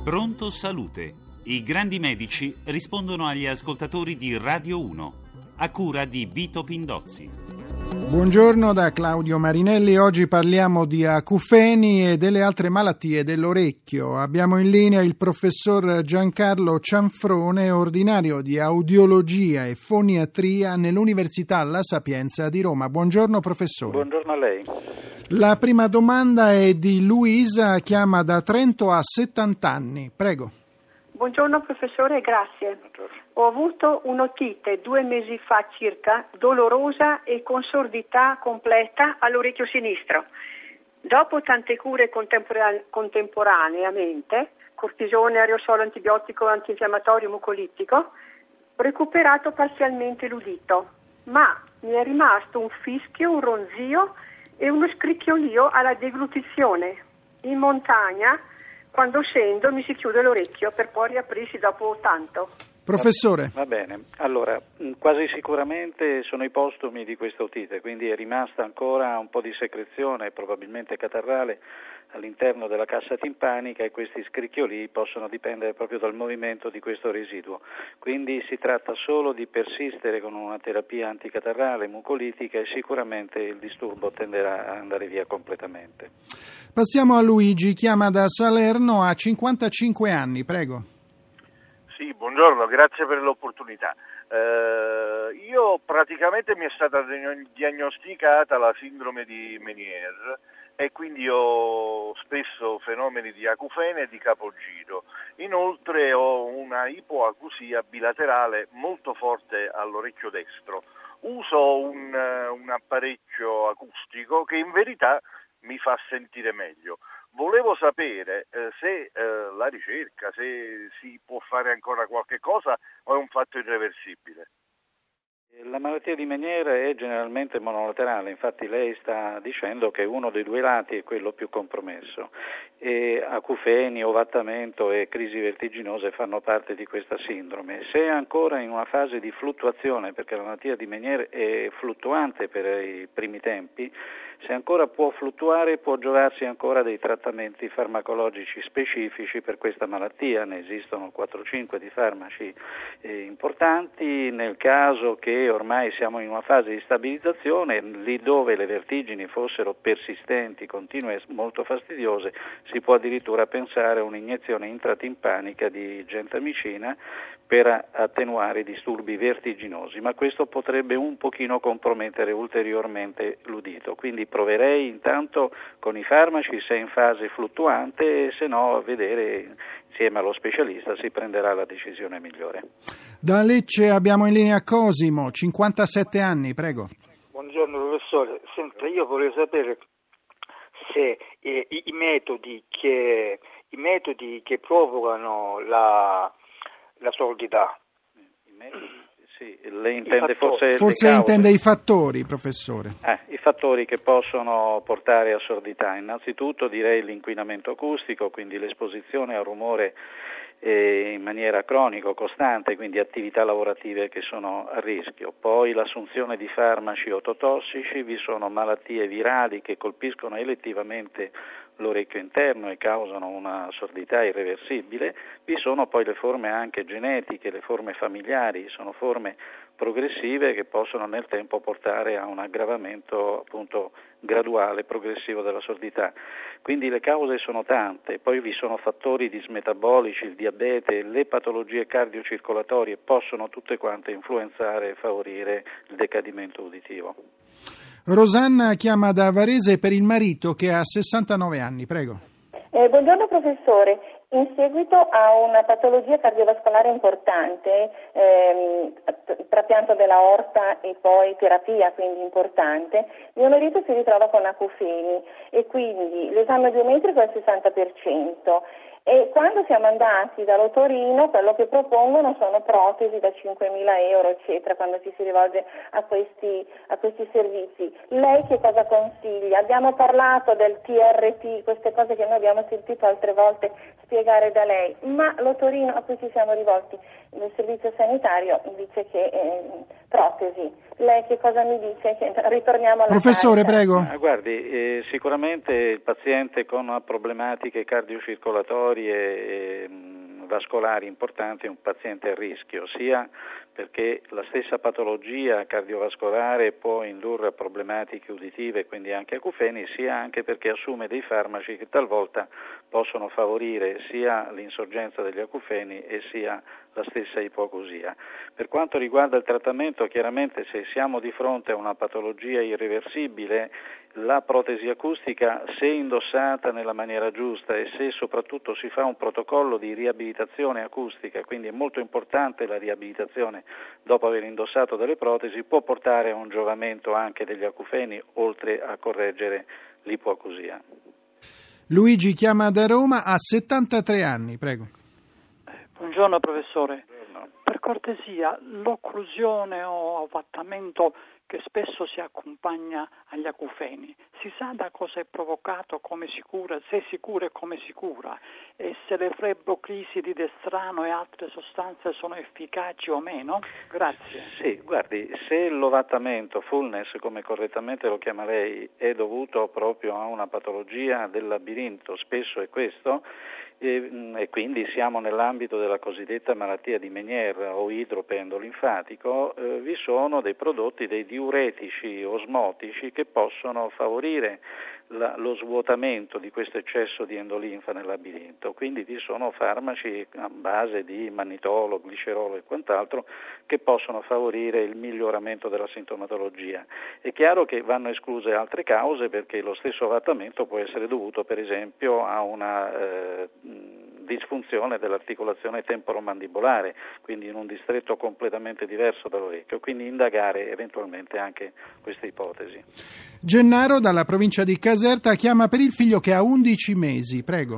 Pronto Salute. I grandi medici rispondono agli ascoltatori di Radio 1, a cura di Vito Pindozzi. Buongiorno da Claudio Marinelli. Oggi parliamo di acufeni e delle altre malattie dell'orecchio. Abbiamo in linea il professor Giancarlo Cianfrone, ordinario di audiologia e foniatria nell'Università La Sapienza di Roma. Buongiorno professore. Buongiorno a lei. La prima domanda è di Luisa, chiama da Trento, ha 70 anni. Prego. Buongiorno professore, grazie. Buongiorno. Ho avuto un'otite 2 mesi fa circa, dolorosa e con sordità completa all'orecchio sinistro. Dopo tante cure contemporaneamente, cortisone, aerosolo, antibiotico, antinfiammatorio, mucolitico, ho recuperato parzialmente l'udito, ma mi è rimasto un fischio, un ronzio e uno scricchiolio alla deglutizione. In montagna, quando scendo, mi si chiude l'orecchio per poi riaprirsi dopo tanto. Professore. Va bene, allora quasi sicuramente sono i postumi di questa otite, quindi è rimasta ancora un po' di secrezione, probabilmente catarrale, all'interno della cassa timpanica, e questi scricchioli possono dipendere proprio dal movimento di questo residuo. Quindi si tratta solo di persistere con una terapia anticatarrale, mucolitica, e sicuramente il disturbo tenderà a andare via completamente. Passiamo a Luigi, chiama da Salerno, ha 55 anni, prego. Sì, buongiorno, grazie per l'opportunità. Io praticamente mi è stata diagnosticata la sindrome di Meniere e quindi ho spesso fenomeni di acufene e di capogiro. Inoltre ho una ipoacusia bilaterale molto forte all'orecchio destro. Uso un apparecchio acustico che in verità mi fa sentire meglio. Volevo sapere se la ricerca, se si può fare ancora qualche cosa o è un fatto irreversibile. La malattia di Meniere è generalmente monolaterale, infatti lei sta dicendo che uno dei due lati è quello più compromesso, e acufeni, ovattamento e crisi vertiginose fanno parte di questa sindrome. Se è ancora in una fase di fluttuazione, perché la malattia di Meniere è fluttuante per i primi tempi, se ancora può fluttuare, può giovarsi ancora dei trattamenti farmacologici specifici per questa malattia. Ne esistono 4-5 di farmaci importanti. Nel caso che ormai siamo in una fase di stabilizzazione, lì dove le vertigini fossero persistenti, continue e molto fastidiose, si può addirittura pensare a un'iniezione intratimpanica di gentamicina per attenuare i disturbi vertiginosi, ma questo potrebbe un pochino compromettere ulteriormente l'udito. Quindi proverei intanto con i farmaci se è in fase fluttuante, e se no a vedere insieme allo specialista si prenderà la decisione migliore. Da Lecce abbiamo in linea Cosimo, 57 anni, prego. Buongiorno professore, senta, io vorrei sapere se i metodi che provocano la sordità. Sì, lei intende forse intende i fattori, professore. I fattori che possono portare a sordità. Innanzitutto direi l'inquinamento acustico, quindi l'esposizione al rumore in maniera cronica, costante, quindi attività lavorative che sono a rischio. Poi l'assunzione di farmaci ototossici, vi sono malattie virali che colpiscono elettivamente l'orecchio interno e causano una sordità irreversibile. Vi sono poi le forme anche genetiche, le forme familiari, sono forme progressive che possono nel tempo portare a un aggravamento appunto graduale, progressivo della sordità. Quindi le cause sono tante, poi vi sono fattori dismetabolici, il diabete, le patologie cardiocircolatorie possono tutte quante influenzare e favorire il decadimento uditivo. Rosanna chiama da Varese per il marito che ha 69 anni, prego. Buongiorno professore, in seguito a una patologia cardiovascolare importante, trapianto della aorta e poi terapia quindi importante, mio marito si ritrova con acufeni e quindi l'esame biometrico è al 60%. E quando siamo andati dall'otorino, quello che propongono sono protesi da 5.000 euro, eccetera, quando ci si rivolge a questi servizi. Lei che cosa consiglia? Abbiamo parlato del TRT, queste cose che noi abbiamo sentito altre volte spiegare da lei, ma l'otorino a cui ci siamo rivolti nel servizio sanitario dice che protesi. Lei che cosa mi dice? Ritorniamo alla Professore, carta. prego. Guardi, sicuramente il paziente con problematiche cardiocircolatorie e vascolari importanti è un paziente a rischio, sia perché la stessa patologia cardiovascolare può indurre a problematiche uditive, quindi anche acufeni, sia anche perché assume dei farmaci che talvolta possono favorire sia l'insorgenza degli acufeni e sia la stessa ipoacusia. Per quanto riguarda il trattamento, chiaramente se siamo di fronte a una patologia irreversibile, la protesi acustica, se indossata nella maniera giusta e se soprattutto si fa un protocollo di riabilitazione acustica, quindi è molto importante la riabilitazione dopo aver indossato delle protesi, può portare a un giovamento anche degli acufeni, oltre a correggere l'ipoacusia. Luigi chiama da Roma, ha 73 anni, prego. Buongiorno professore. Buongiorno. Per cortesia, l'occlusione o avvattamento che spesso si accompagna agli acufeni, si sa da cosa è provocato, come si cura, se si cura e come si cura, e se le flebboclisi di destrano e altre sostanze sono efficaci o meno? Grazie. Sì, guardi, se l'ovattamento, fullness come correttamente lo chiama lei, è dovuto proprio a una patologia del labirinto, spesso è questo, e quindi siamo nell'ambito della cosiddetta malattia di Meniere o idropendolinfatico, vi sono dei prodotti, dei diuretici osmotici che possono favorire lo svuotamento di questo eccesso di endolinfa nel labirinto, quindi vi sono farmaci a base di mannitolo, glicerolo e quant'altro che possono favorire il miglioramento della sintomatologia. È chiaro che vanno escluse altre cause, perché lo stesso avvattamento può essere dovuto per esempio a una disfunzione dell'articolazione temporomandibolare, quindi in un distretto completamente diverso dall'orecchio, quindi indagare eventualmente anche queste ipotesi. Gennaro dalla provincia di Caserta chiama per il figlio che ha 11 mesi, prego.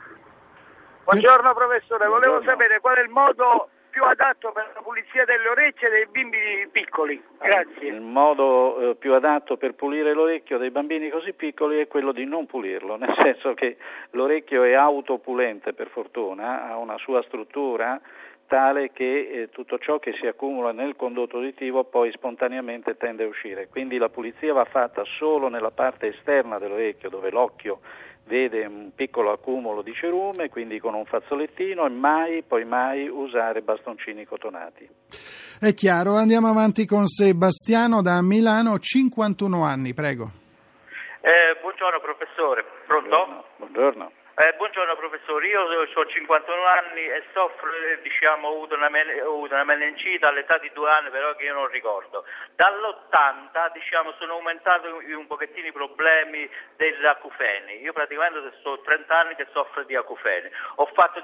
Buongiorno professore, volevo Buongiorno. sapere qual è il modo più adatto per la pulizia delle orecchie dei bimbi piccoli. Grazie. Il modo più adatto per pulire l'orecchio dei bambini così piccoli è quello di non pulirlo, nel senso che l'orecchio è autopulente, per fortuna, ha una sua struttura tale che tutto ciò che si accumula nel condotto uditivo poi spontaneamente tende a uscire, quindi la pulizia va fatta solo nella parte esterna dell'orecchio, dove l'occhio vede un piccolo accumulo di cerume, quindi con un fazzolettino, e poi mai usare bastoncini cotonati. È chiaro, andiamo avanti con Sebastiano da Milano, 51 anni, prego. Buongiorno professore, pronto? Buongiorno. Buongiorno professore, io ho 51 anni e soffro, ho avuto una meningite all'età di 2 anni, però che io non ricordo. Dall'80 sono aumentato un pochettino i problemi degli acufeni. Io praticamente sono 30 anni che soffro di acufeni. Ho fatto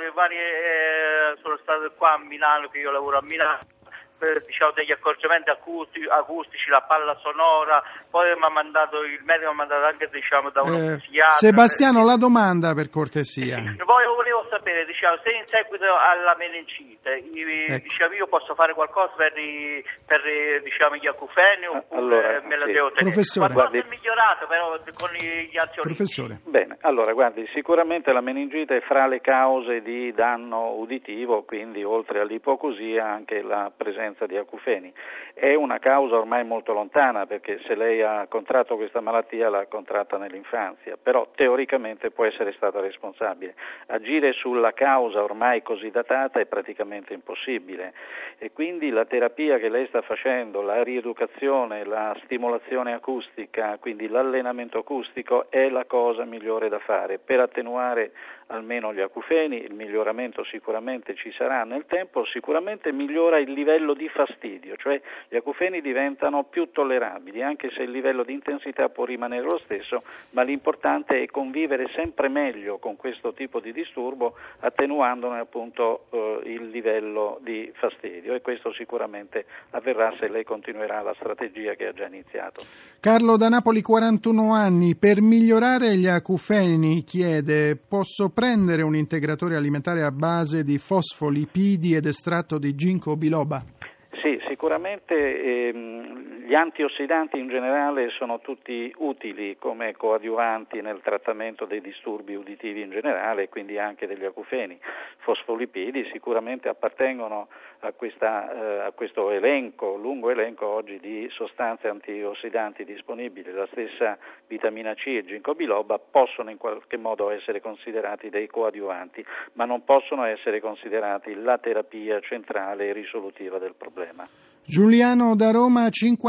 sono stato qua a Milano, che io lavoro a Milano, degli accorgimenti acustici, la palla sonora, poi il medico mi ha mandato anche da uno psichiatra. Sebastiano, la domanda per cortesia. Poi volevo sapere, se in seguito alla meningite io posso fare qualcosa per gli acufeni, oppure me la devo tenere. Professore, qualcosa è migliorato però con gli azionisti. Professore. Bene, allora guardi, sicuramente la meningite è fra le cause di danno uditivo, quindi oltre all'ipoacusia anche la presenza di acufeni. È una causa ormai molto lontana, perché se lei ha contratto questa malattia l'ha contratta nell'infanzia, però teoricamente può essere stata responsabile. Agire sulla causa ormai così datata è praticamente impossibile, e quindi la terapia che lei sta facendo, la rieducazione, la stimolazione acustica, quindi l'allenamento acustico è la cosa migliore da fare per attenuare almeno gli acufeni. Il miglioramento sicuramente ci sarà nel tempo, sicuramente migliora il livello di fastidio, cioè gli acufeni diventano più tollerabili, anche se il livello di intensità può rimanere lo stesso, ma l'importante è convivere sempre meglio con questo tipo di disturbo, attenuandone appunto il livello di fastidio, e questo sicuramente avverrà se lei continuerà la strategia che ha già iniziato. Carlo da Napoli, 41 anni, per migliorare gli acufeni chiede: posso prendere un integratore alimentare a base di fosfolipidi ed estratto di ginkgo biloba? Sì, sicuramente gli antiossidanti in generale sono tutti utili come coadiuvanti nel trattamento dei disturbi uditivi in generale, quindi anche degli acufeni. Fosfolipidi sicuramente appartengono a questo lungo elenco oggi di sostanze antiossidanti disponibili. La stessa vitamina C e ginkgo biloba possono in qualche modo essere considerati dei coadiuvanti, ma non possono essere considerati la terapia centrale e risolutiva del problema. Giuliano da Roma,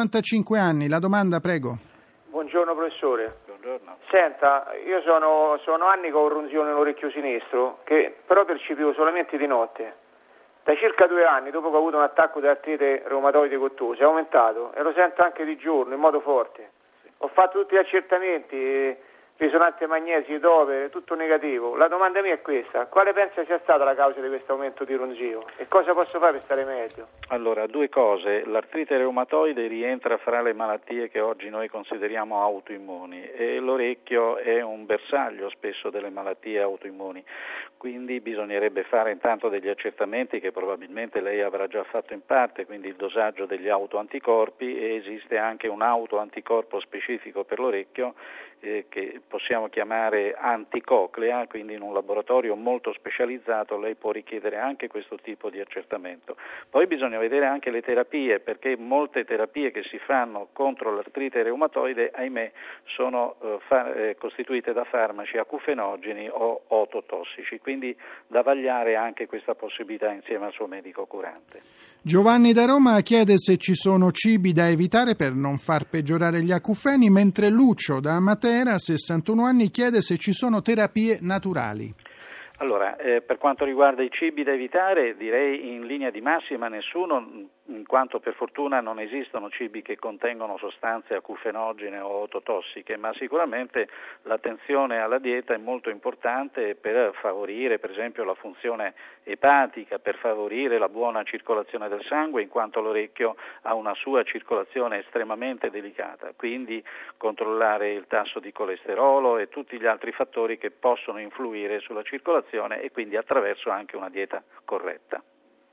55 anni. La domanda, prego. Buongiorno professore. Buongiorno. Senta, io sono anni che ho un ronzio nell'orecchio sinistro, che però percepivo solamente di notte. Da circa 2 anni, dopo che ho avuto un attacco di artrite reumatoide gottosa, è aumentato e lo sento anche di giorno in modo forte. Ho fatto tutti gli accertamenti, risonanze magnesi, dove, tutto negativo. La domanda mia è questa: quale pensa sia stata la causa di questo aumento di ronzio e cosa posso fare per stare meglio? Allora, 2 cose. L'artrite reumatoide rientra fra le malattie che oggi noi consideriamo autoimmuni e l'orecchio è un bersaglio spesso delle malattie autoimmuni, quindi bisognerebbe fare intanto degli accertamenti che probabilmente lei avrà già fatto in parte, quindi il dosaggio degli autoanticorpi, e esiste anche un autoanticorpo specifico per l'orecchio che possiamo chiamare anticoclea, quindi in un laboratorio molto specializzato lei può richiedere anche questo tipo di accertamento. Poi bisogna vedere anche le terapie, perché molte terapie che si fanno contro l'artrite reumatoide, ahimè, sono costituite da farmaci acufenogeni o ototossici, quindi da vagliare anche questa possibilità insieme al suo medico curante. Giovanni da Roma chiede se ci sono cibi da evitare per non far peggiorare gli acufeni, mentre Lucio da Matera, 61 anni, chiede se ci sono terapie naturali. Allora, per quanto riguarda i cibi da evitare, direi in linea di massima nessuno, in quanto per fortuna non esistono cibi che contengono sostanze acufenogene o ototossiche, ma sicuramente l'attenzione alla dieta è molto importante per favorire per esempio la funzione epatica, per favorire la buona circolazione del sangue, in quanto l'orecchio ha una sua circolazione estremamente delicata, quindi controllare il tasso di colesterolo e tutti gli altri fattori che possono influire sulla circolazione e quindi attraverso anche una dieta corretta.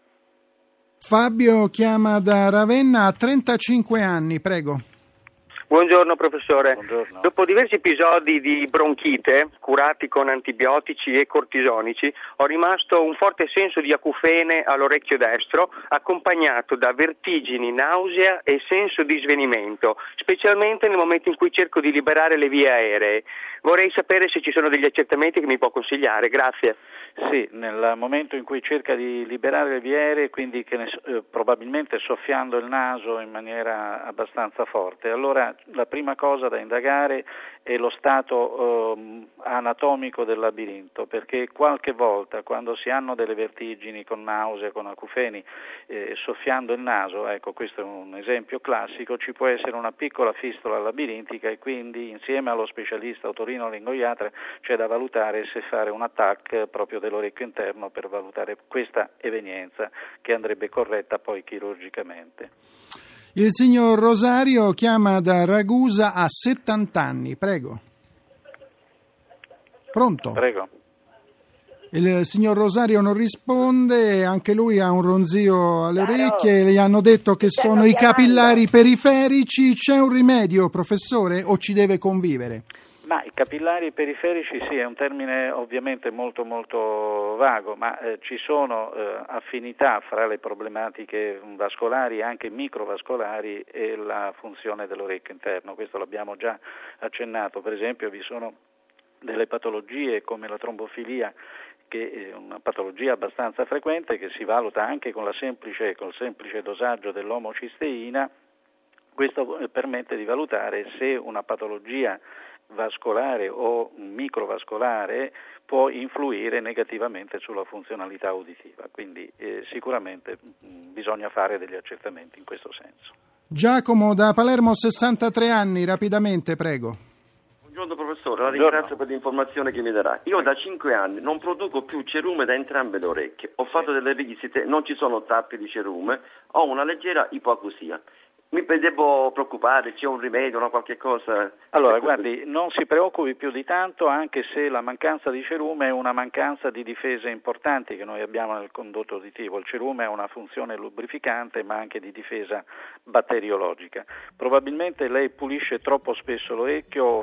Fabio chiama da Ravenna, a 35 anni, prego. Buongiorno professore. Buongiorno. Dopo diversi episodi di bronchite curati con antibiotici e cortisonici, ho rimasto un forte senso di acufene all'orecchio destro, accompagnato da vertigini, nausea e senso di svenimento, specialmente nel momento in cui cerco di liberare le vie aeree. Vorrei sapere se ci sono degli accertamenti che mi può consigliare. Grazie. Sì, nel momento in cui cerca di liberare le vie aeree, quindi probabilmente soffiando il naso in maniera abbastanza forte, allora la prima cosa da indagare è lo stato anatomico del labirinto, perché qualche volta quando si hanno delle vertigini con nausea, con acufeni, soffiando il naso, ecco questo è un esempio classico, ci può essere una piccola fistola labirintica e quindi insieme allo specialista otorinolaringoiatra c'è da valutare se fare un TAC proprio dell'orecchio interno per valutare questa evenienza che andrebbe corretta poi chirurgicamente. Il signor Rosario chiama da Ragusa, a 70 anni, prego. Pronto? Prego. Il signor Rosario non risponde, anche lui ha un ronzio alle orecchie, gli hanno detto che sono i capillari periferici. C'è un rimedio, professore, o ci deve convivere? Ma i capillari periferici sì, è un termine ovviamente molto molto vago, ma ci sono affinità fra le problematiche vascolari e anche microvascolari e la funzione dell'orecchio interno, questo l'abbiamo già accennato. Per esempio vi sono delle patologie come la trombofilia, che è una patologia abbastanza frequente che si valuta anche col semplice dosaggio dell'omocisteina. Questo permette di valutare se una patologia vascolare o microvascolare può influire negativamente sulla funzionalità uditiva, quindi sicuramente bisogna fare degli accertamenti in questo senso. Giacomo da Palermo, 63 anni, rapidamente, prego. Buongiorno professore, la ringrazio per l'informazione che mi darà. Io da 5 anni non produco più cerume da entrambe le orecchie, ho fatto delle visite, non ci sono tappi di cerume, ho una leggera ipoacusia. Mi devo preoccupare, c'è un rimedio, no, qualche cosa? Allora, guardi, non si preoccupi più di tanto, anche se la mancanza di cerume è una mancanza di difese importanti che noi abbiamo nel condotto uditivo. Il cerume ha una funzione lubrificante ma anche di difesa batteriologica. Probabilmente lei pulisce troppo spesso l'orecchio,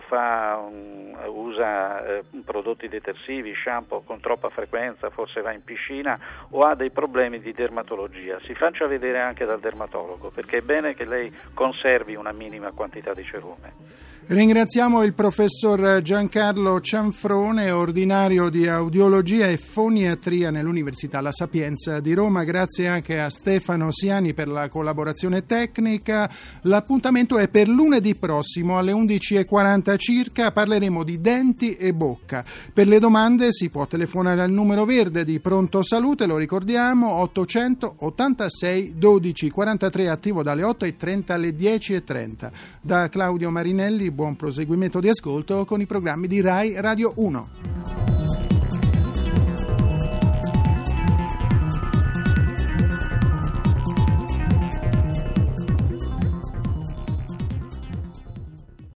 usa prodotti detersivi, shampoo con troppa frequenza, forse va in piscina o ha dei problemi di dermatologia. Si faccia vedere anche dal dermatologo, perché è bene che lei conservi una minima quantità di cerume. Ringraziamo il professor Giancarlo Cianfrone, ordinario di audiologia e foniatria nell'Università La Sapienza di Roma. Grazie anche a Stefano Siani per la collaborazione tecnica. L'appuntamento è per lunedì prossimo alle 11:40 circa. Parleremo di denti e bocca. Per le domande si può telefonare al numero verde di Pronto Salute, lo ricordiamo, 886 12 43, attivo dalle 8:30 alle 10:30. Da Claudio Marinelli, buon proseguimento di ascolto con i programmi di Rai Radio 1.